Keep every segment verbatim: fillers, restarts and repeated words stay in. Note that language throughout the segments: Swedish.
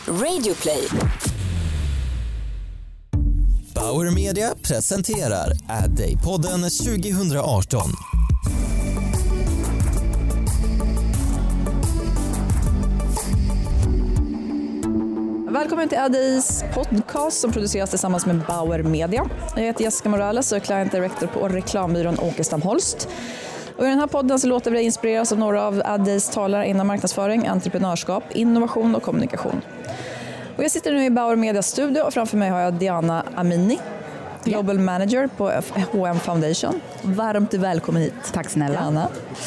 Radioplay. Bauer Media presenterar Ad Day-podden tjugo arton. Välkommen till Ad Days podcast som produceras tillsammans med Bauer Media. Jag heter Jessica Morales och är Client Director på reklambyrån Åkestam Holst. Och i den här podden så låter vi dig inspireras av några av Ad Days talare inom marknadsföring, entreprenörskap, innovation och kommunikation. Och jag sitter nu i Bauer Medias studio och framför mig har jag Diana Amini, Global Manager på H och M Foundation. Varmt välkommen hit. Tack snälla. Diana.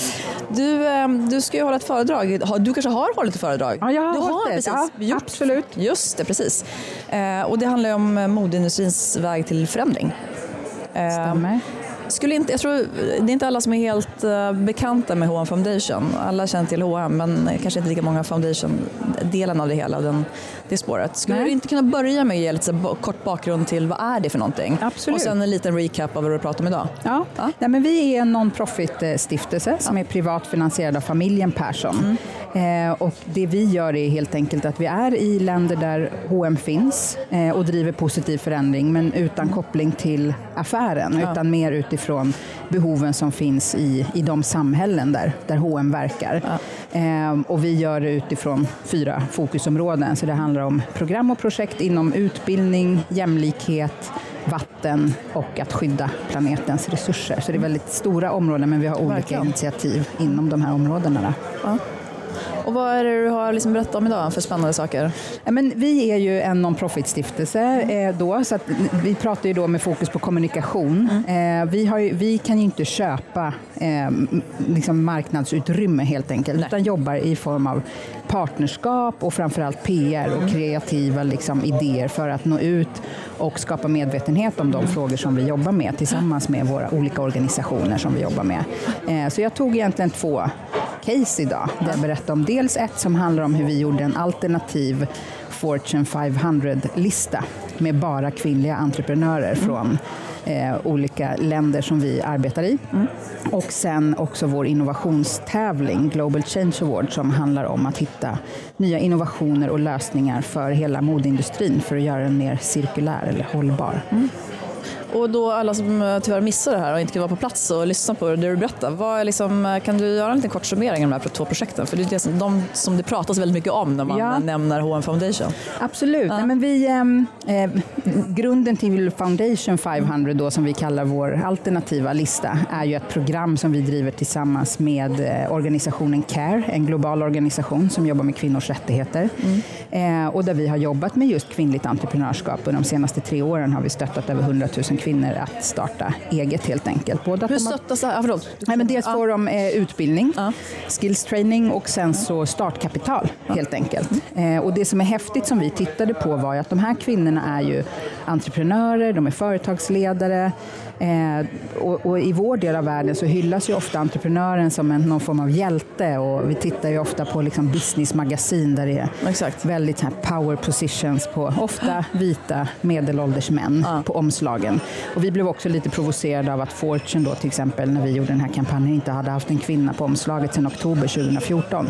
Du, du ska ju hålla ett föredrag. Du kanske har hållit ett föredrag? Ja, jag har du hållit har, det. precis. Ja, absolut. Just det, precis. Eh, och det handlar ju om modeindustrins väg till förändring. Eh, Stämmer. Skulle inte, jag tror, det är inte alla som är helt uh, bekanta med H och M Foundation. Alla känner till H och M, men kanske inte lika många Foundation-delen av det hela, den, det spåret. Skulle Nej. du inte kunna börja med att ge lite så kort bakgrund till vad är det för någonting? Absolut. Och sen en liten recap av vad du pratar om idag. Ja, ja. Nej, men vi är en non-profit-stiftelse som ja. är privat finansierad av familjen Persson. Mm. Eh, och det vi gör är helt enkelt att vi är i länder där H och M finns eh, och driver positiv förändring, men utan koppling till affären, ja. utan mer utifrån behoven som finns i, i de samhällen där, där H och M verkar. Ja. Eh, och vi gör det utifrån fyra fokusområden, så det handlar om program och projekt inom utbildning, jämlikhet, vatten och att skydda planetens resurser. Så det är väldigt stora områden, men vi har olika Verkligen. initiativ inom de här områdena. Ja. Och vad är det du har liksom berättat om idag för spännande saker? Ja, men vi är ju en non-profit-stiftelse eh, då, så att vi pratar ju då med fokus på kommunikation. Mm. Eh, vi, har ju, vi kan ju inte köpa eh, liksom marknadsutrymme helt enkelt, Nej. utan jobbar i form av partnerskap och framförallt P R och kreativa liksom, idéer för att nå ut och skapa medvetenhet om de mm. frågor som vi jobbar med tillsammans med våra olika organisationer som vi jobbar med. Eh, så jag tog egentligen två case idag där jag berättar om dels ett som handlar om hur vi gjorde en alternativ Fortune femhundra-lista med bara kvinnliga entreprenörer mm. från eh, olika länder som vi arbetar i. Mm. Och sen också vår innovationstävling Global Change Award som handlar om att hitta nya innovationer och lösningar för hela modeindustrin för att göra den mer cirkulär eller hållbar. Mm. Och då alla som tyvärr missar det här och inte kan vara på plats och lyssna på det du berättar, vad är liksom, kan du göra en liten kort summering av de här två projekten? För det är det som, de som det pratas väldigt mycket om när man ja. nämner H och M Foundation. Absolut. Ja. Nej, men vi, eh, grunden till Foundation femhundra då, som vi kallar vår alternativa lista, är ju ett program som vi driver tillsammans med eh, organisationen CARE, en global organisation som jobbar med kvinnors rättigheter. Mm. Eh, och där vi har jobbat med just kvinnligt entreprenörskap, och de senaste tre åren har vi stöttat över hundratusen kvinnor att starta eget helt enkelt. Både Hur stöttas det? Ja, Nej, men dels får de eh, utbildning, ja. skills training och sen så startkapital helt enkelt. Eh, och det som är häftigt som vi tittade på var att de här kvinnorna är ju entreprenörer, de är företagsledare. Eh, och, och i vår del av världen så hyllas ju ofta entreprenören som en, någon form av hjälte, och vi tittar ju ofta på liksom businessmagasin där det är Exakt. väldigt här power positions på ofta vita medelålders män ja. på omslagen. Och vi blev också lite provocerade av att Fortune då till exempel när vi gjorde den här kampanjen inte hade haft en kvinna på omslaget sedan oktober tjugohundrafjorton.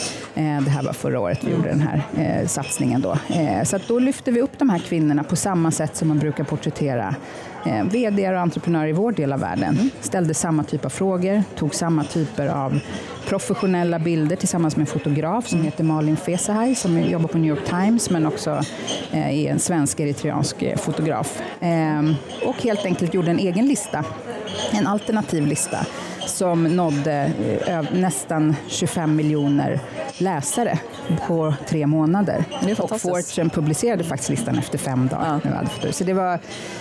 Det här var förra året vi gjorde den här eh, satsningen då. Eh, så att då lyfter vi upp de här kvinnorna på samma sätt som man brukar porträttera eh, vd och entreprenörer i vår del av världen. Mm. Ställde samma typ av frågor, tog samma typer av professionella bilder tillsammans med en fotograf som mm. heter Malin Fesahaj som jobbar på New York Times, men också eh, är en svensk eritreansk eh, fotograf. Eh, och helt enkelt gjorde en egen lista, en alternativ lista som nådde eh, nästan tjugofem miljoner läsare på tre månader. Och Fortune publicerade faktiskt listan efter fem dagar. Ja. Så det var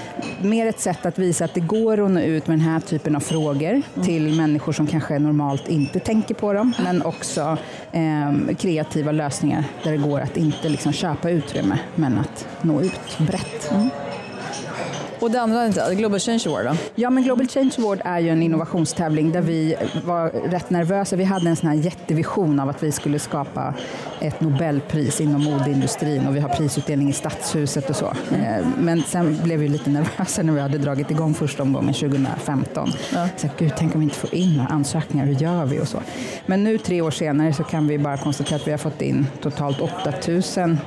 mer ett sätt att visa att det går att nå ut med den här typen av frågor mm. till människor som kanske normalt inte tänker på dem, men också eh, kreativa lösningar där det går att inte liksom köpa utrymme, men att nå ut brett. Mm. Och det andra, inte, Global Change Award då? Ja, men Global Change Award är ju en innovationstävling där vi var rätt nervösa. Vi hade en sån här jättevision av att vi skulle skapa ett Nobelpris inom modeindustrin och vi har prisutdelning i Stadshuset och så. Mm. Men sen blev vi lite nervösa när vi hade dragit igång första omgången tjugohundrafemton. Ja. Så gud, tänk om vi inte får in några ansökningar, hur gör vi och så. Men nu tre år senare så kan vi bara konstatera att vi har fått in totalt åtta tusen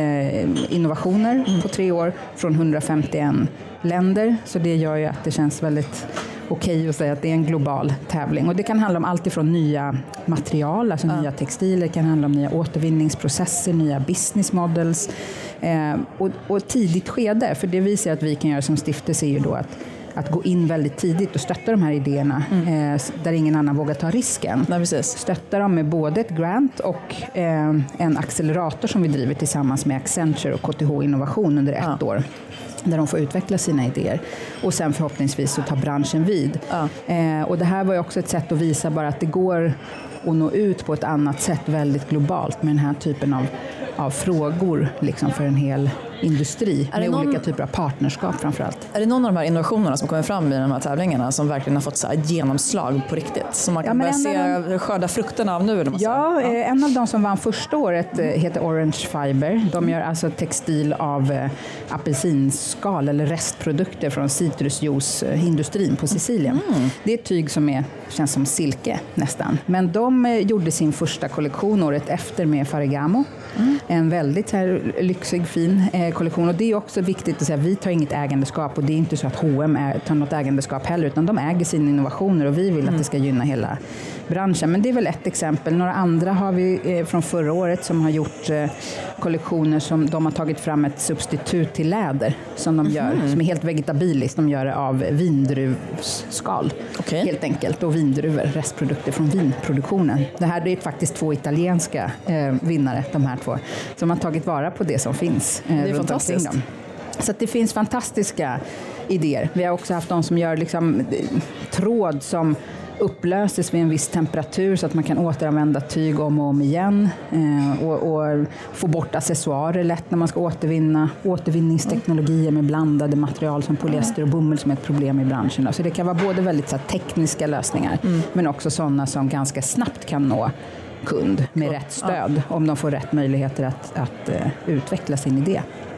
eh, innovationer mm. på tre år från hundrafemtioen länder. Så det gör ju att det känns väldigt okej att säga att det är en global tävling. Och det kan handla om allt ifrån nya material, alltså ja. nya textiler, det kan handla om nya återvinningsprocesser, nya business models eh, och, och tidigt skede. För det visar att vi kan göra som stiftelse är ju då att att gå in väldigt tidigt och stötta de här idéerna mm. eh, där ingen annan vågar ta risken. Nej, precis. Stötta dem med både ett grant och eh, en accelerator som vi driver tillsammans med Accenture och K T H Innovation under ett ja. år. Där de får utveckla sina idéer. Och sen förhoppningsvis så tar branschen vid. Ja. Eh, och det här var ju också ett sätt att visa bara att det går att nå ut på ett annat sätt väldigt globalt med den här typen av, av frågor liksom för en hel industri med någon, olika typer av partnerskap framförallt. Är det någon av de här innovationerna som kommer fram i de här tävlingarna som verkligen har fått så här genomslag på riktigt? Som man kan ja, börja se de, skörda frukterna av nu? Eller ja, ja, en av de som vann första året heter Orange Fiber. De gör alltså textil av eh, apelsinskal eller restprodukter från citrusjuiceindustrin på Sicilien. Mm. Det är ett tyg som är, känns som silke nästan. Men de eh, gjorde sin första kollektion året efter med Ferragamo. Mm. En väldigt här, lyxig, fin eh, kollektion. Och det är också viktigt att säga att vi tar inget ägandeskap och det är inte så att H och M är, tar något ägandeskap heller utan de äger sina innovationer och vi vill mm. att det ska gynna hela branschen. Men det är väl ett exempel. Några andra har vi eh, från förra året som har gjort eh, kollektioner som de har tagit fram ett substitut till läder som de gör, mm. som är helt vegetabiliskt. De gör det av vindruvsskal okay. helt enkelt och vindruvor, restprodukter från vinproduktionen. Det här är faktiskt två italienska eh, vinnare, de här två, som har tagit vara på det som finns eh, det är fantastiskt. Dem. Så att det finns fantastiska idéer. Vi har också haft de som gör liksom, tråd som upplöses vid en viss temperatur så att man kan återanvända tyg om och om igen eh, och, och få bort accessoarer lätt när man ska återvinna. Återvinningsteknologier med blandade material som polyester och bomull som är ett problem i branschen. Så det kan vara både väldigt så här, tekniska lösningar mm. men också sådana som ganska snabbt kan nå kund med cool. rätt stöd ja. om de får rätt möjligheter att, att uh, utveckla sin idé.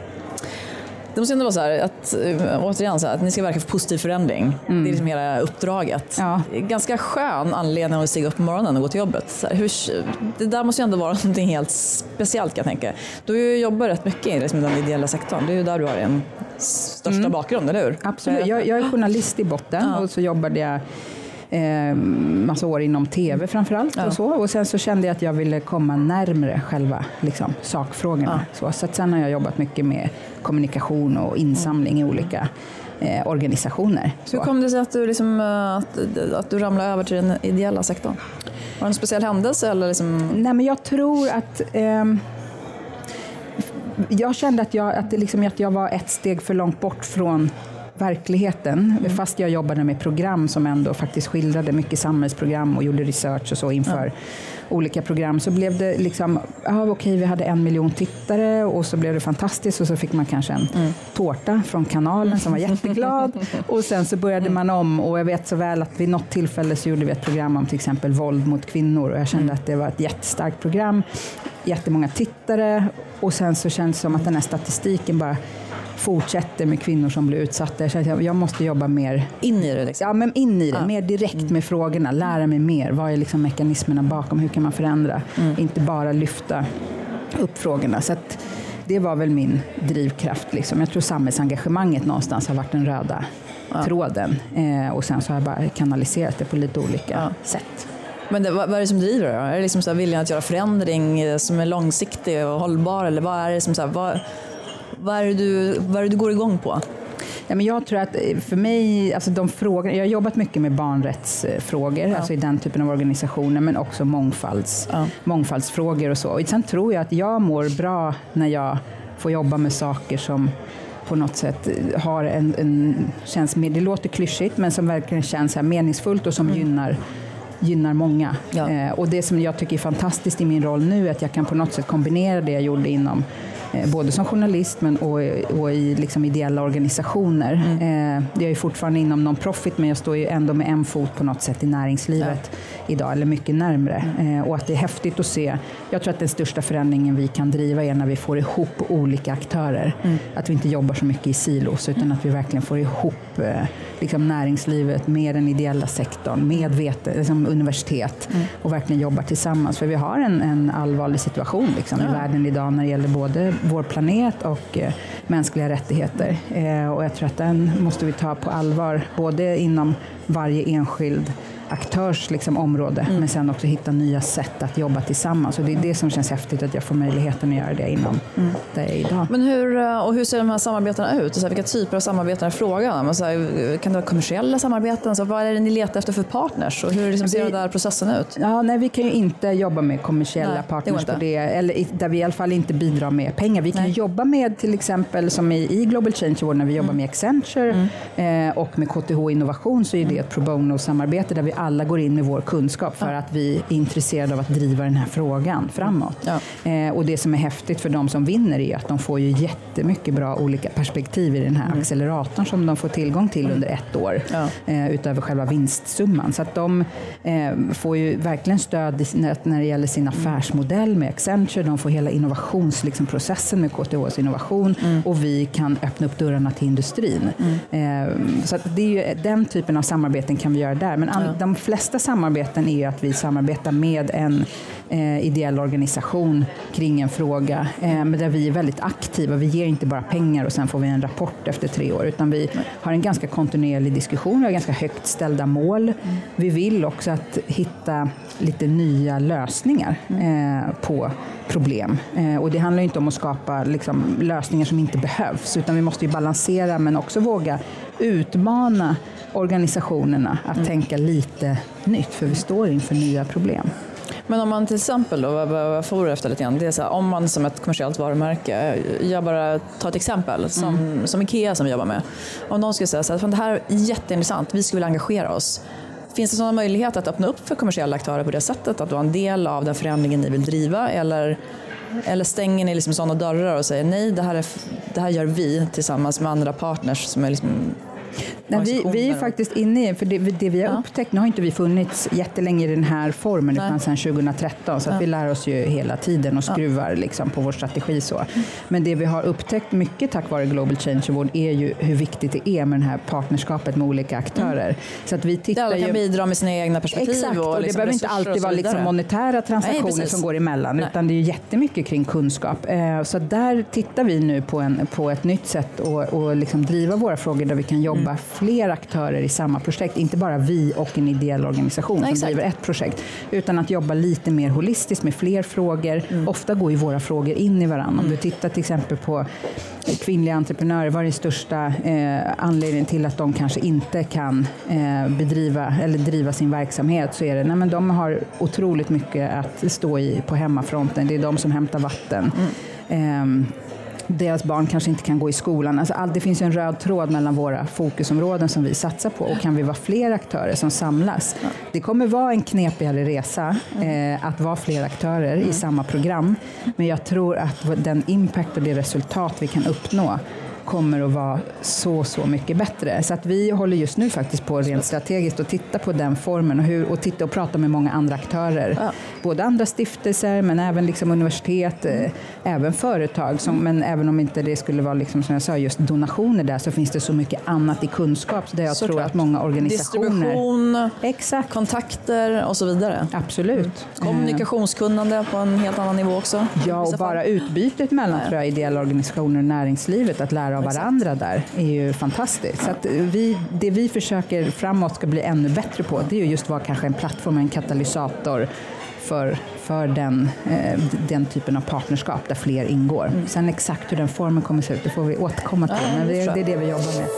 Det måste ändå vara så här att, återigen så här, att ni ska verka för positiv förändring. Mm. Det är liksom hela uppdraget. Ja. Ganska skön anledning att stiga upp på morgonen och gå till jobbet. Så här, hur, det där måste ju ändå vara något helt speciellt kan jag tänka. Du har ju jobbat rätt mycket i liksom, den ideella sektorn. Det är ju där du har en största mm. bakgrund, eller hur? Absolut. Jag, jag är journalist i botten ja. och så jobbade jag Eh, massa år inom tv framförallt ja. och så. Och sen så kände jag att jag ville komma närmare själva liksom, sakfrågorna. Ja. Så, så att sen har jag jobbat mycket med kommunikation och insamling mm. i olika eh, organisationer. Så. Hur kom det sig att du, liksom, att, att du ramlade över till den ideella sektorn? Var det en speciell händelse? Eller liksom... Nej, men jag tror att eh, jag kände att jag, att, det liksom, att jag var ett steg för långt bort från verkligen, mm. fast jag jobbade med program som ändå faktiskt skildrade mycket samhällsprogram och gjorde research och så inför ja. olika program, så blev det liksom, ja okej, vi hade en miljon tittare och så blev det fantastiskt och så fick man kanske en mm. tårta från kanalen som var jätteglad och sen så började man om och jag vet så väl att vid något tillfälle så gjorde vi ett program om till exempel våld mot kvinnor och jag kände mm. att det var ett jättestarkt program, jättemånga tittare och sen så kändes det som att den här statistiken bara fortsätter med kvinnor som blir utsatta. Så jag, jag måste jobba mer in i det. Liksom. Ja, men in i det. Ja. Mer direkt med frågorna. Lära mig mer. Vad är liksom mekanismerna bakom? Hur kan man förändra? Mm. Inte bara lyfta upp frågorna. Så att det var väl min drivkraft. Liksom. Jag tror samhällsengagemanget någonstans har varit den röda ja. tråden. Eh, och sen så har jag bara kanaliserat det på lite olika ja. sätt. Men det, vad är det som driver då? Är det liksom så här viljan att göra förändring som är långsiktig och hållbar? Eller vad är det som så här, vad Vad är det du, vad är det du går igång på? Ja, men jag tror att för mig, alltså de frågor, jag har jobbat mycket med barnrättsfrågor, ja. alltså i den typen av organisationer, men också mångfalds, ja. mångfaldsfrågor och så. Och sen tror jag att jag mår bra när jag får jobba med saker som på något sätt har en, en känns mer, det låter klyschigt, men som verkligen känns här meningsfullt och som mm. gynnar gynnar många. Ja. Eh, och det som jag tycker är fantastiskt i min roll nu är att jag kan på något sätt kombinera det jag gjorde inom eh, både som journalist men och, och i liksom ideella organisationer. Mm. Eh, jag är ju fortfarande inom non-profit, men jag står ju ändå med en fot på något sätt i näringslivet ja. idag, eller mycket närmre. Mm. Eh, och att det är häftigt att se. Jag tror att den största förändringen vi kan driva är när vi får ihop olika aktörer. Mm. Att vi inte jobbar så mycket i silos, utan att vi verkligen får ihop eh, liksom näringslivet med den ideella sektorn, med vete, liksom universitet mm. och verkligen jobbar tillsammans. För vi har en, en allvarlig situation liksom, ja. i världen idag när det gäller både vår planet och eh, mänskliga rättigheter. Eh, och jag tror att den måste vi ta på allvar, både inom varje enskild aktörs liksom, område, mm. men sen också hitta nya sätt att jobba tillsammans. Och det är det som känns häftigt, att jag får möjligheten att göra det inom mm. där jag är idag. Men hur, och hur ser de här samarbetena ut? Så här, vilka typer av samarbeten är frågan? Så här, kan det vara kommersiella samarbeten? Så vad är det ni letar efter för partners? Och hur liksom, ser den där processen ut? Ja, nej, vi kan ju inte jobba med kommersiella nej, partners det på det, eller där vi i alla fall inte bidrar med pengar. Vi kan nej. jobba med till exempel som i, i Global Change Award, när vi jobbar mm. med Accenture mm. eh, och med K T H Innovation, så är det ett pro bono-samarbete där vi alla går in med vår kunskap för ja. att vi är intresserade av att driva den här frågan framåt. Ja. Eh, och det som är häftigt för de som vinner är att de får ju jättemycket bra olika perspektiv i den här mm. acceleratorn som de får tillgång till under ett år ja. eh, utöver själva vinstsumman. Så att de eh, får ju verkligen stöd när det gäller sin affärsmodell med Accenture. De får hela innovationsprocessen med K T Hs innovation mm. och vi kan öppna upp dörrarna till industrin. Mm. Eh, så att det är ju den typen av samarbeten kan vi göra där. Men ja. de flesta samarbeten är att vi samarbetar med en eh, ideell organisation kring en fråga, eh, men där vi är väldigt aktiva. Vi ger inte bara pengar och sen får vi en rapport efter tre år, utan vi har en ganska kontinuerlig diskussion, vi har ganska högt ställda mål. Mm. Vi vill också att hitta lite nya lösningar eh, på problem. Eh, och det handlar inte om att skapa liksom, lösningar som inte behövs, utan vi måste ju balansera men också våga utmana organisationerna att mm. tänka lite nytt, för vi står inför nya problem. Men om man till exempel då, vad får efter lite grann, det är så här, om man som ett kommersiellt varumärke, jag bara tar ett exempel som, mm. som Ikea som vi jobbar med. Om de skulle säga så här, det här är jätteintressant, vi skulle vilja engagera oss. Finns det sådana möjligheter att öppna upp för kommersiella aktörer på det sättet, att vara en del av den förändringen ni vill driva, eller, eller stänger ni liksom sådana dörrar och säger nej, det här, är, det här gör vi tillsammans med andra partners som är liksom... Nej, vi, vi är faktiskt inne i, för det, det vi har ja. upptäckt, nu har inte vi funnits jättelänge i den här formen Nej. utan sedan tjugohundratretton, så att ja. vi lär oss ju hela tiden och skruvar ja. liksom på vår strategi så. Men det vi har upptäckt mycket tack vare Global Change Award är ju hur viktigt det är med det här partnerskapet med olika aktörer. Mm. Så att vi tittar alla kan ju... bidra med sina egna perspektiv. Exakt, och, och det liksom behöver inte alltid vara liksom monetära transaktioner Nej, som går emellan, Nej. utan det är ju jättemycket kring kunskap. Så där tittar vi nu på, en, på ett nytt sätt och, och liksom driva våra frågor där vi kan jobba mm. fler aktörer i samma projekt, inte bara vi och en ideell organisation Nej, som exakt. driver ett projekt, utan att jobba lite mer holistiskt med fler frågor. Mm. Ofta går ju våra frågor in i varandra. Mm. Om du tittar till exempel på kvinnliga entreprenörer, vad är den största eh, anledningen till att de kanske inte kan eh, bedriva eller driva sin verksamhet, så är det, nej men de har otroligt mycket att stå i på hemmafronten. Det är de som hämtar vatten. Mm. Eh, Deras barn kanske inte kan gå i skolan. Alltså all, det finns en röd tråd mellan våra fokusområden som vi satsar på. Och kan vi vara fler aktörer som samlas. Ja. Det kommer vara en knepigare resa mm. eh, att vara fler aktörer mm. i samma program. Men jag tror att den impact och det resultat vi kan uppnå kommer att vara så, så mycket bättre. Så att vi håller just nu faktiskt på rent strategiskt och titta på den formen och, hur, och titta och prata med många andra aktörer. Ja. Både andra stiftelser men även liksom universitet, mm. även företag. Som, men även om inte det skulle vara liksom, som jag sa, just donationer där, så finns det så mycket annat i kunskap där jag så tror klart. att många organisationer... Distribution, Exakt. kontakter och så vidare. Absolut. Mm. Kommunikationskunnande på en helt annan nivå också. Ja, och bara utbytet mellan tror jag, ideella organisationer och näringslivet, att lära av varandra Exakt. där är ju fantastiskt. Så att vi, det vi försöker framåt ska bli ännu bättre på, det är ju just vara kanske en plattform, en katalysator för, för den, eh, den typen av partnerskap där fler ingår. Mm. Sen exakt hur den formen kommer se ut, det får vi återkomma till, ja, men det, det är det vi jobbar med.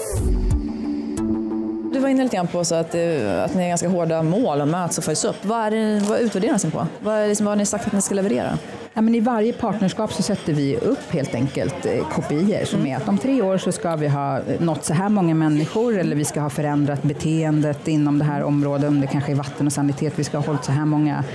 Du var inne lite grann på så att, att ni är ganska hårda mål och möts och följs upp. Vad, är det, vad utvärderas ni på? Vad, är liksom, vad har ni sagt att ni ska leverera? Ja, men i varje partnerskap så sätter vi upp helt enkelt kopior som mm. är att om tre år så ska vi ha nått så här många människor, eller vi ska ha förändrat beteendet inom det här området, om det kanske är vatten och sanitet, vi ska ha hållit så här många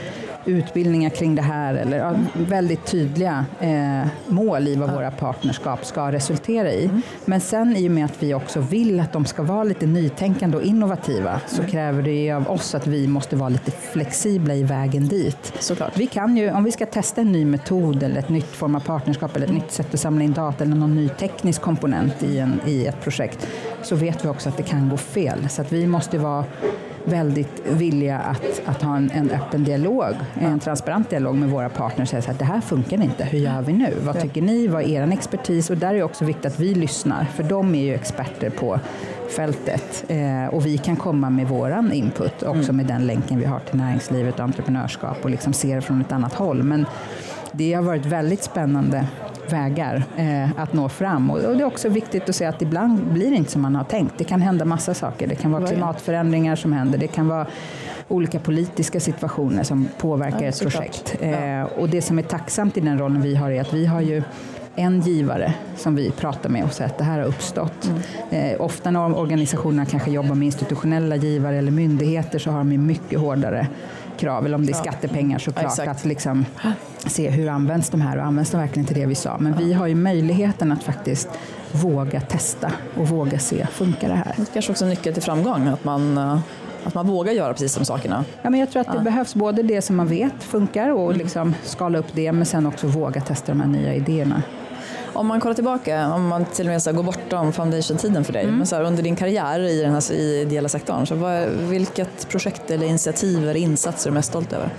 utbildningar kring det här eller ja, väldigt tydliga eh, mål i vad våra partnerskap ska resultera i. Mm. Men sen i och med att vi också vill att de ska vara lite nytänkande och innovativa så mm. kräver det av oss att vi måste vara lite flexibla i vägen dit. Såklart. Vi kan ju, om vi ska testa en ny metod eller ett nytt form av partnerskap eller ett mm. nytt sätt att samla in data eller någon ny teknisk komponent i, en, i ett projekt, så vet vi också att det kan gå fel. Så att vi måste vara väldigt villiga att, att ha en, en öppen dialog, en transparent dialog med våra partners och säga så här, det här funkar inte, hur gör vi nu? Vad tycker ni? Vad är er expertis? Och där är det också viktigt att vi lyssnar, för de är ju experter på fältet eh, och vi kan komma med våran input också mm. med den länken vi har till näringslivet och entreprenörskap och liksom se det från ett annat håll. Men det har varit väldigt spännande vägar eh, att nå fram och, och det är också viktigt att säga att ibland blir det inte som man har tänkt. Det kan hända massa saker. Det kan vara klimatförändringar som händer. Det kan vara olika politiska situationer som påverkar ja, ett projekt. Eh, och det som är tacksamt i den rollen vi har är att vi har ju en givare som vi pratar med och säger att det här har uppstått. Mm. Eh, ofta när organisationerna kanske jobbar med institutionella givare eller myndigheter så har de mycket hårdare krav, eller om det är skattepengar såklart, ja, att liksom se hur används de här och används de verkligen till det vi sa. Men ja. vi har ju möjligheten att faktiskt våga testa och våga se, funkar det här? Det kanske också är nyckeln till framgång, att man, att man vågar göra precis de sakerna. Ja, men jag tror att det ja. behövs både det som man vet funkar och mm. liksom skala upp det, men sen också våga testa de här nya idéerna. Om man kollar tillbaka, om man till och med så går bortom foundation-tiden för dig, mm. men så här, under din karriär i den här i ideella sektorn, så vad, vilket projekt eller initiativ eller insatser är du mest stolt över?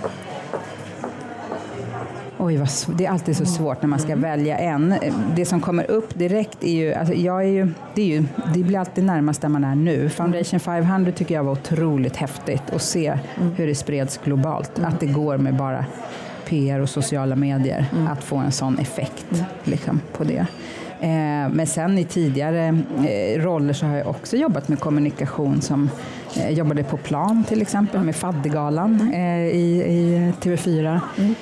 Oj, vad, det är alltid så svårt när man ska mm. välja en. Det som kommer upp direkt är ju, alltså jag är ju, det, är ju, det blir alltid närmast där man är nu. Foundation femhundra tycker jag var otroligt häftigt att se mm. hur det spreds globalt. Mm. Att det går med bara P R och sociala medier mm. att få en sån effekt mm. liksom, på det. Eh, men sen i tidigare eh, roller så har jag också jobbat med kommunikation, som eh, jobbade på Plan till exempel med Faddegalan eh, i, i T V fyra. Mm.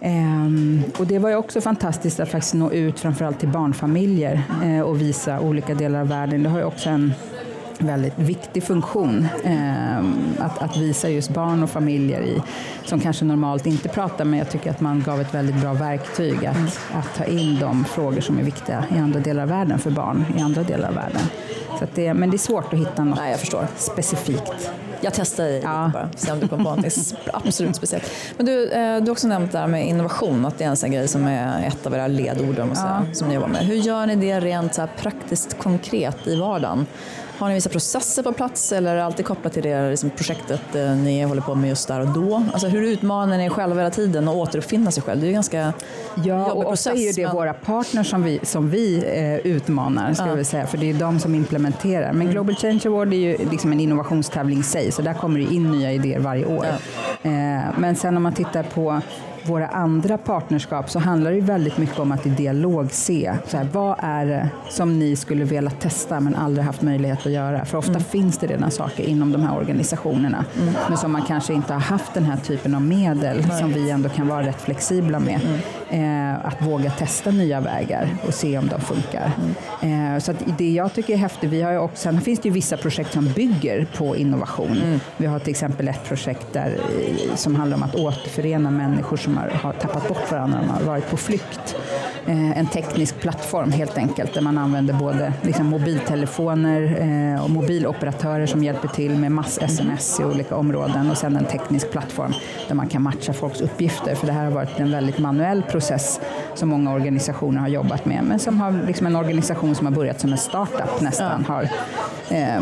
Um, och det var ju också fantastiskt att faktiskt nå ut framförallt till barnfamiljer uh, och visa olika delar av världen. Det har ju också en väldigt viktig funktion um, att, att visa just barn och familjer i, som kanske normalt inte pratar, men jag tycker att man gav ett väldigt bra verktyg att, mm. att ta in de frågor som är viktiga i andra delar av världen för barn i andra delar av världen. Så att det, men det är svårt att hitta något. Nej, jag förstår. Specifikt. Jag testar i ja. lite bara, se om du kommer på något absolut speciellt. Men du, du har också nämnt det här med innovation, att det är en sån grej som är ett av era ledord om man säger, ja. som ni jobbar med. Hur gör ni det rent så här praktiskt konkret i vardagen? Har ni vissa processer på plats eller är det alltid kopplat till det liksom, projektet eh, ni håller på med just där och då? Alltså hur utmanar ni själva hela tiden och återuppfinna sig själv? Det är ju ganska ja, och process. Ja, är ju det men... våra partners som vi, som vi eh, utmanar, ska ja. vi säga, för det är ju de som implementerar. Men mm. Global Change Award är ju liksom en innovationstävling i sig, så där kommer det in nya idéer varje år. Ja. Eh, men sen om man tittar på våra andra partnerskap så handlar det ju väldigt mycket om att i dialog se så här, vad är det som ni skulle vilja testa men aldrig haft möjlighet att göra. För ofta mm. finns det redan saker inom de här organisationerna mm. men som man kanske inte har haft den här typen av medel Nej. som vi ändå kan vara rätt flexibla med. Mm. Eh, att våga testa nya vägar och se om de funkar. Mm. Eh, så att det jag tycker är häftigt, vi har ju också, sen finns det ju vissa projekt som bygger på innovation. Mm. Vi har till exempel ett projekt där, som handlar om att återförena människor som har, har tappat bort varandra, de har varit på flykt. Eh, en teknisk plattform helt enkelt, där man använder både liksom, mobiltelefoner eh, och mobiloperatörer som hjälper till med mass-S M S i olika områden, och sen en teknisk plattform där man kan matcha folks uppgifter, för det här har varit en väldigt manuell process som många organisationer har jobbat med, men som har liksom en organisation som har börjat som en startup nästan ja. har eh,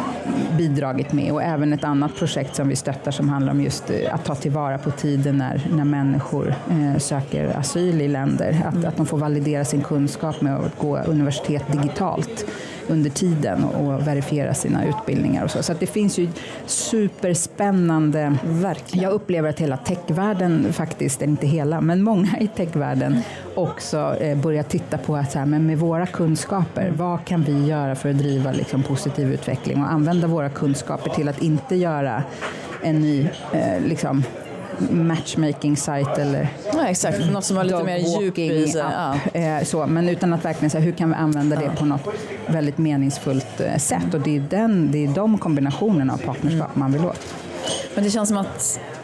bidragit med, och även ett annat projekt som vi stöttar som handlar om just att ta tillvara på tiden när, när människor eh, söker asyl i länder, att, att de får validera sin kunskap med att gå universitet digitalt under tiden och verifiera sina utbildningar och så. Så att det finns ju superspännande, verkligen. Jag upplever att hela techvärlden faktiskt, inte hela, men många i techvärlden också eh, börjar titta på att så här, men med våra kunskaper, vad kan vi göra för att driva liksom, positiv utveckling och använda våra kunskaper till att inte göra en ny eh, liksom matchmaking site eller ja, exakt, något som har lite mer djup i sig. Ja. Eh, så, men utan att verkligen säga hur kan vi använda det ja. på något väldigt meningsfullt eh, sätt, och det är, den, det är de kombinationerna av partnerskap mm. man vill åt. Men det känns som att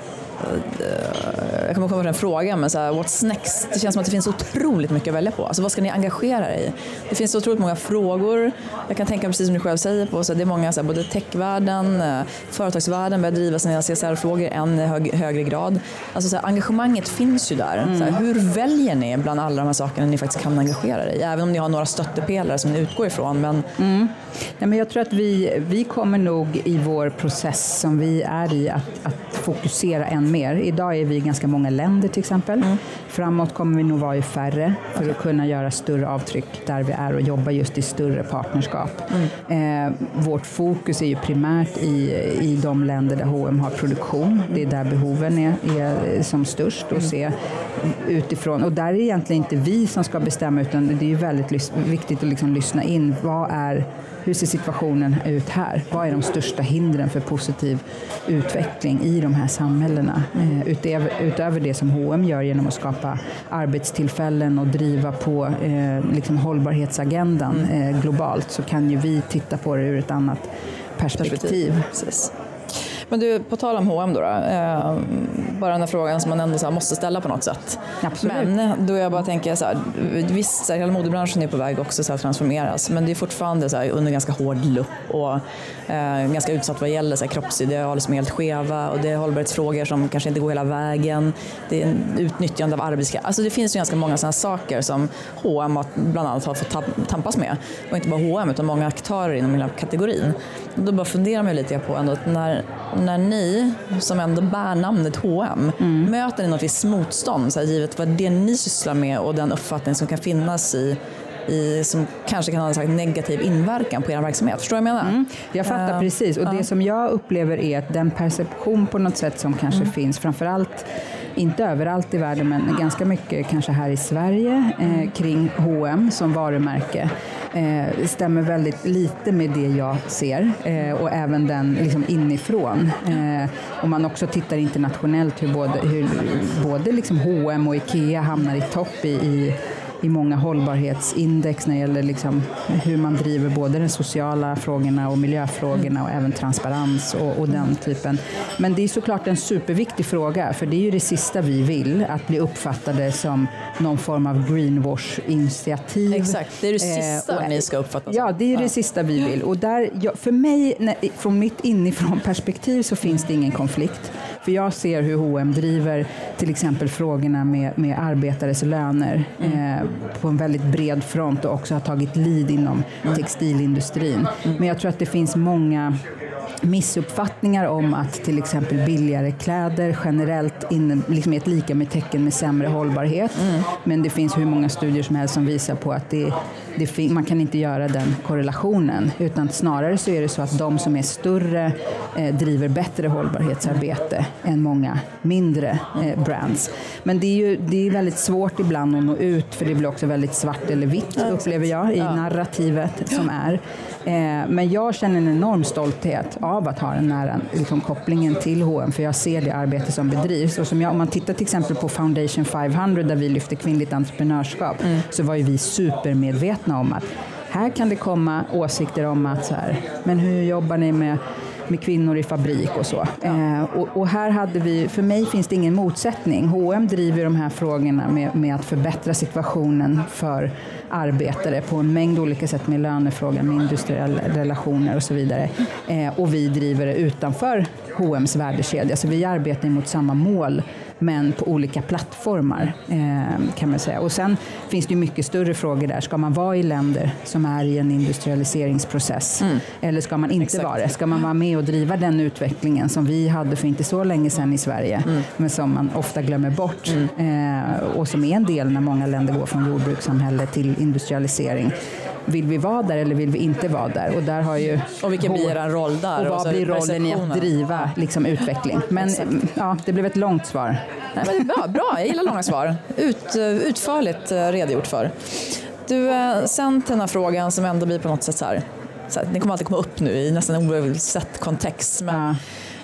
jag kommer komma till en fråga, men så här, what's next? Det känns som att det finns otroligt mycket att välja på. Alltså, vad ska ni engagera er i? Det finns otroligt många frågor. Jag kan tänka, precis som du själv säger, på så här, det är många, så här, både techvärlden, företagsvärlden börjar driva sina C S R-frågor än i hög, högre grad. Alltså, så här, engagemanget finns ju där. Mm. Så här, hur väljer ni bland alla de här sakerna ni faktiskt kan engagera er i? Även om ni har några stöttepelare som ni utgår ifrån. Men... Mm. Nej, men jag tror att vi, vi kommer nog i vår process som vi är i att, att fokusera än mer. Idag är vi i ganska många länder till exempel. Mm. Framåt kommer vi nog vara i färre för okay. att kunna göra större avtryck där vi är och jobba just i större partnerskap. Mm. Eh, vårt fokus är ju primärt i, i de länder där H och M har produktion. Det är där behoven är, är som störst och se utifrån. Och där är det egentligen inte vi som ska bestämma, utan det är ju väldigt lys- viktigt att liksom lyssna in. Vad är, hur ser situationen ut här? Vad är de största hindren för positiv utveckling i de här samhällena? Eh, utöver, utöver det som H och M gör genom att skapa arbetstillfällen och driva på eh, liksom hållbarhetsagendan eh, globalt, så kan ju vi titta på det ur ett annat perspektiv. Precis. Men du, på tal om H och M då, då eh, bara den här frågan som man ändå så här måste ställa på något sätt. Absolut. Men då jag bara tänker så här, visst, så här, hela modebranschen är på väg också så här, transformeras, men det är fortfarande så här, under ganska hård lupp och eh, ganska utsatt vad gäller så här, kroppsideal som är helt skeva, och det är hållbarhetsfrågor som kanske inte går hela vägen, det är utnyttjande av arbetskraft. Alltså det finns ju ganska många sådana saker som H och M bland annat har fått tampas med, och inte bara H och M utan många aktörer inom hela kategorin. Och då bara funderar man lite på ändå att när när ni som ändå bär namnet H och M mm. möter ni något visst motstånd, så här, givet vad det ni sysslar med och den uppfattning som kan finnas i, i som kanske kan ha en slags negativ inverkan på er verksamhet. Förstår du vad jag menar? Mm. Jag fattar uh, precis. Och uh. det som jag upplever är att den perception på något sätt som kanske mm. finns, framförallt inte överallt i världen, men ganska mycket kanske här i Sverige eh, kring H och M som varumärke eh, stämmer väldigt lite med det jag ser eh, och även den liksom inifrån. Eh, om man också tittar internationellt hur både, hur både liksom H och M och IKEA hamnar i topp i, i i många hållbarhetsindex när det gäller liksom hur man driver både de sociala frågorna och miljöfrågorna och även transparens och, och den typen. Men det är såklart en superviktig fråga, för det är ju det sista vi vill, att bli uppfattade som någon form av greenwash-initiativ. Exakt, det är det sista eh, och, ni ska uppfatta. Ja, det är ja. det sista vi vill. Och där, ja, för mig, när, från mitt inifrån perspektiv så finns det ingen konflikt. För jag ser hur H och M driver till exempel frågorna med, med arbetares löner mm. eh, på en väldigt bred front och också har tagit lead inom mm. textilindustrin. Mm. Men jag tror att det finns många missuppfattningar om att till exempel billigare kläder generellt in, liksom är ett lika med tecken med sämre hållbarhet. Mm. Men det finns hur många studier som helst som visar på att det, det, man kan inte göra den korrelationen, utan snarare så är det så att de som är större eh, driver bättre hållbarhetsarbete än många mindre eh, brands. Men det är ju det är väldigt svårt ibland att nå ut, för det blir också väldigt svart eller vitt, ja, upplever jag, i ja. narrativet som är. Eh, men jag känner en enorm stolthet av att ha den nära liksom, kopplingen till H och M, för jag ser det arbete som bedrivs. Och som jag, om man tittar till exempel på Foundation femhundra där vi lyfter kvinnligt entreprenörskap, mm. så var ju vi supermedvetna om att här kan det komma åsikter om att så här, men hur jobbar ni med med kvinnor i fabrik och så. Ja. Eh, och, och här hade vi, för mig finns det ingen motsättning. H och M driver de här frågorna med, med att förbättra situationen för arbetare på en mängd olika sätt, med lönefrågan, med industriella relationer och så vidare. Eh, och vi driver det utanför H och M's värdekedja. Så vi arbetar mot samma mål, men på olika plattformar eh, kan man säga. Och sen finns det ju mycket större frågor där. Ska man vara i länder som är i en industrialiseringsprocess? Mm. Eller ska man inte Exakt. vara det? Ska man vara med och driva den utvecklingen som vi hade för inte så länge sedan i Sverige, mm. men som man ofta glömmer bort mm. eh, och som är en del när många länder går från jordbrukssamhälle till industrialisering. Vill vi vara där eller vill vi inte vara där? Och där har ju och vilken blir er roll där? Och vad blir rollen i att driva liksom, utveckling? Men ja, det blev ett långt svar. Nej, men det är bra, bra, jag gillar långa svar. Ut, utförligt redogjort för. Du, sen till den här frågan som ändå blir på något sätt så här, så här, det kommer alltid komma upp nu i nästan en oavsett kontext. Men,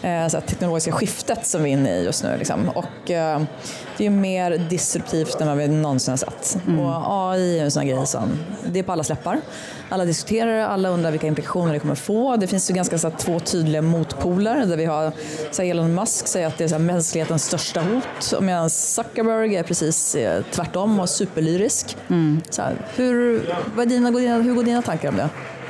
eh, så här, teknologiska skiftet som vi är inne i just nu. Liksom. Och eh, det är ju mer disruptivt än vad vi någonsin har sett. Mm. Och A I är en sån grej som, det är på alla släppar. Alla diskuterar det, alla undrar vilka implikationer det kommer få. Det finns ju ganska så här, två tydliga motpoler där vi har så här, Elon Musk säger att det är så här, mänsklighetens största hot, medan Zuckerberg är precis eh, tvärtom och superlyrisk. Mm. Så här, hur, vad är dina, hur går dina tankar om det?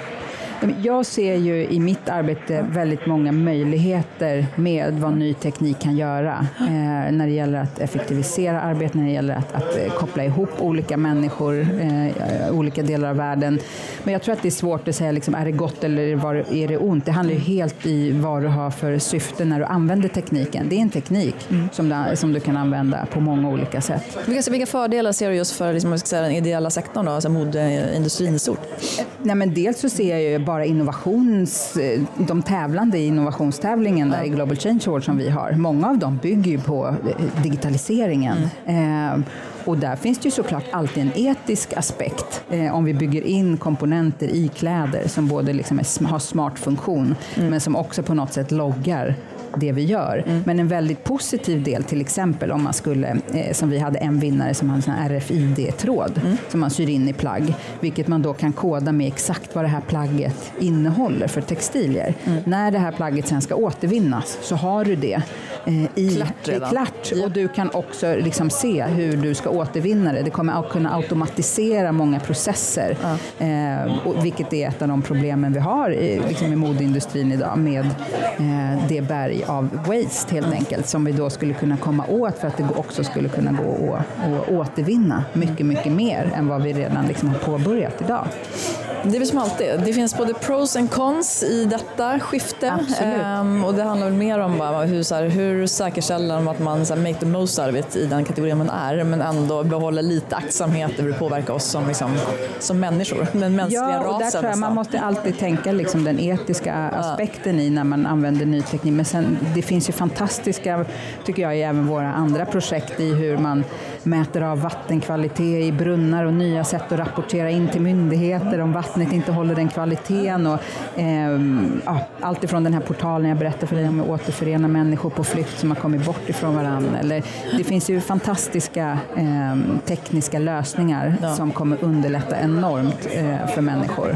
Jag ser ju i mitt arbete väldigt många möjligheter med vad ny teknik kan göra eh, när det gäller att effektivisera arbetet, när det gäller att, att eh, koppla ihop olika människor, eh, olika delar av världen. Men jag tror att det är svårt att säga, liksom, är det gott eller var, är det ont? Det handlar ju helt i vad du har för syfte när du använder tekniken. Det är en teknik mm. som, du, som du kan använda på många olika sätt. Vilka, vilka fördelar ser du just för liksom, ska säga, den ideella sektorn, då, alltså modeindustrin i stort? Nej, men dels så ser jag ju bara innovations, de tävlande i innovationstävlingen där i Global Change Award som vi har. Många av dem bygger ju på digitaliseringen. Mm. Eh, och där finns det ju såklart alltid en etisk aspekt eh, om vi bygger in komponenter i kläder som både liksom är, har smart funktion mm. men som också på något sätt loggar det vi gör. Mm. Men en väldigt positiv del, till exempel om man skulle, eh, som vi hade en vinnare som hade en sån här R F I D-tråd mm. som man syr in i plagg, vilket man då kan koda med exakt vad det här plagget innehåller för textilier. Mm. När det här plagget sen ska återvinnas så har du det eh, i klart, i klart. Ja. Och du kan också liksom se hur du ska återvinna det. Det kommer att kunna automatisera många processer, ja. eh, och vilket är ett av de problemen vi har i, liksom i modeindustrin idag med eh, det berg av waste helt enkelt, som vi då skulle kunna komma åt för att det också skulle kunna gå att återvinna mycket, mycket mer än vad vi redan liksom har påbörjat idag. Det är väl som alltid. Det finns både pros and cons i detta skifte. Um, och det handlar väl mer om bara, hur, så här, hur säkerställer man att man så här, make the most out of it i den kategorin man är, men ändå behåller lite aktsamhet över hur det påverkar oss som, liksom, som människor. Den mänskliga ja, och rasen. Där tror jag man måste alltid tänka liksom, den etiska aspekten i när man använder ny teknik. Men sen, det finns ju fantastiska, tycker jag, i även våra andra projekt i hur man mäter av vattenkvalitet i brunnar och nya sätt att rapportera in till myndigheter om vattnet inte håller den kvaliteten. Och, eh, ja, allt ifrån den här portalen jag berättade för dig om att återförena människor på flykt som har kommit bort ifrån varandra. Eller, det finns ju fantastiska eh, tekniska lösningar ja. som kommer underlätta enormt eh, för människor.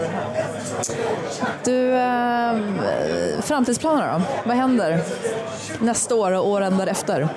Du, eh, framtidsplaner då? Vad händer nästa år och åren därefter?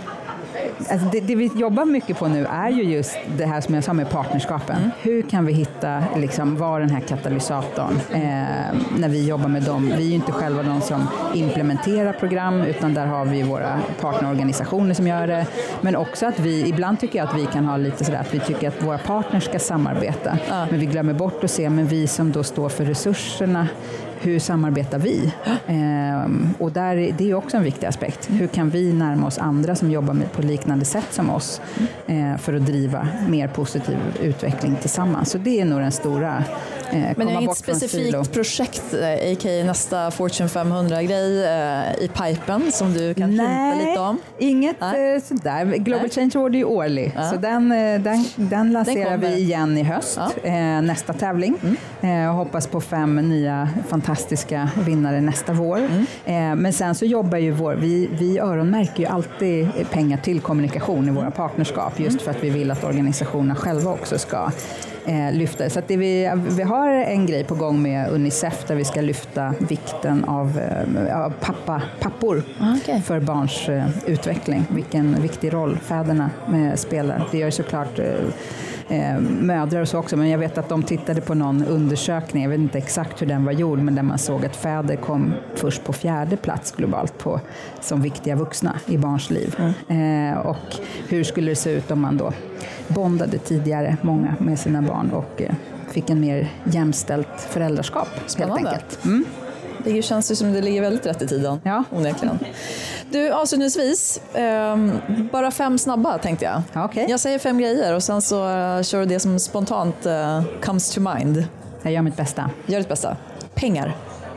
Alltså det, det vi jobbar mycket på nu är ju just det här som jag sa med partnerskapen. Mm. Hur kan vi hitta, liksom, var den här katalysatorn eh, när vi jobbar med dem? Vi är ju inte själva de som implementerar program, utan där har vi våra partnerorganisationer som gör det. Men också att vi, ibland tycker jag att vi kan ha lite sådär att vi tycker att våra partners ska samarbeta. Ja. Men vi glömmer bort att se, men vi som då står för resurserna, hur samarbetar vi? Ehm, och där, det är också en viktig aspekt. Hur kan vi närma oss andra som jobbar med, på liknande sätt som oss eh, för att driva mer positiv utveckling tillsammans? Så det är nog den stora eh, Men det är inget specifikt projekt, a k a nästa Fortune femhundra-grej eh, i pipen som du kan Nej, hinta lite om? Inget Nej. Eh, sådär. Global Nej. Change Award är ju årlig, ja. så den, den, den lanserar den vi igen i höst, ja. eh, nästa tävling. Mm. Eh, hoppas på fem nya fantastiska vinnare nästa vår. Mm. Eh, men sen så jobbar ju vår, vi, vi öronmärker ju alltid pengar till kommunikation i våra partnerskap, just mm. för att vi vill att organisationerna själva också ska eh, lyfta. Så att det vi, vi har en grej på gång med Unicef där vi ska lyfta vikten av, eh, av pappa, pappor okay. för barns eh, utveckling. Vilken viktig roll fäderna eh, spelar. Det gör såklart eh, Eh, mödrar och så också, men jag vet att de tittade på någon undersökning, jag vet inte exakt hur den var gjord, men där man såg att fäder kom först på fjärde plats globalt på, som viktiga vuxna i barns liv. Mm. Eh, och hur skulle det se ut om man då bondade tidigare många med sina barn och eh, fick en mer jämställt föräldraskap. Spännande. Helt enkelt. Mm. Det känns ju som det ligger väldigt rätt i tiden. Ja. Onekligen. Du, avslutningsvis, eh, bara fem snabba tänkte jag. Okay. Jag säger fem grejer och sen så uh, kör du det som spontant uh, comes to mind. Jag gör mitt bästa. Gör ditt bästa. Pengar.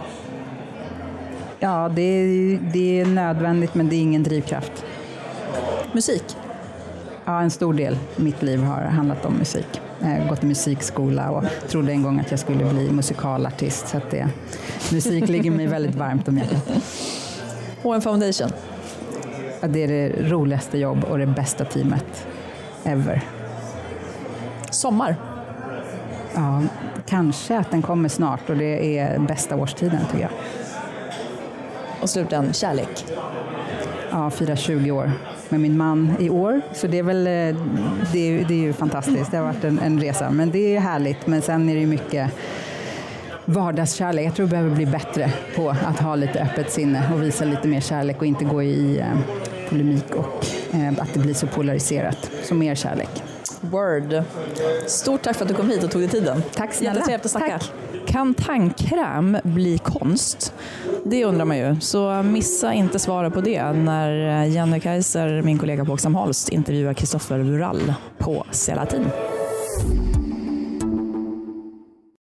Ja, det är, det är nödvändigt, men det är ingen drivkraft. Musik. Ja, en stor del mitt liv har handlat om musik. Jag har gått i musikskola och trodde en gång att jag skulle bli musikalartist. Så att det, musik ligger mig väldigt varmt om hjärtat. H and M Foundation? Ja, det är det roligaste jobb och det bästa teamet ever. Sommar? Ja, kanske att den kommer snart och det är bästa årstiden tycker jag. Och slutligen, kärlek? Ja, firar tjugo år med min man i år. Så det är väl, det är, det är ju fantastiskt. Det har varit en, en resa. Men det är härligt. Men sen är det ju mycket vardagskärlek. Jag tror vi behöver bli bättre på att ha lite öppet sinne och visa lite mer kärlek och inte gå i eh, polemik och eh, att det blir så polariserat. Så mer kärlek. Word. Stort tack för att du kom hit och tog dig tiden. Tack snälla. Jättetrevligt att snacka. Kan tandkräm bli konst? Det undrar man ju. Så missa inte svara på det när Jenny Kaiser, min kollega på Åkestam Holst, intervjuar Kristoffer Wurall på Selatin.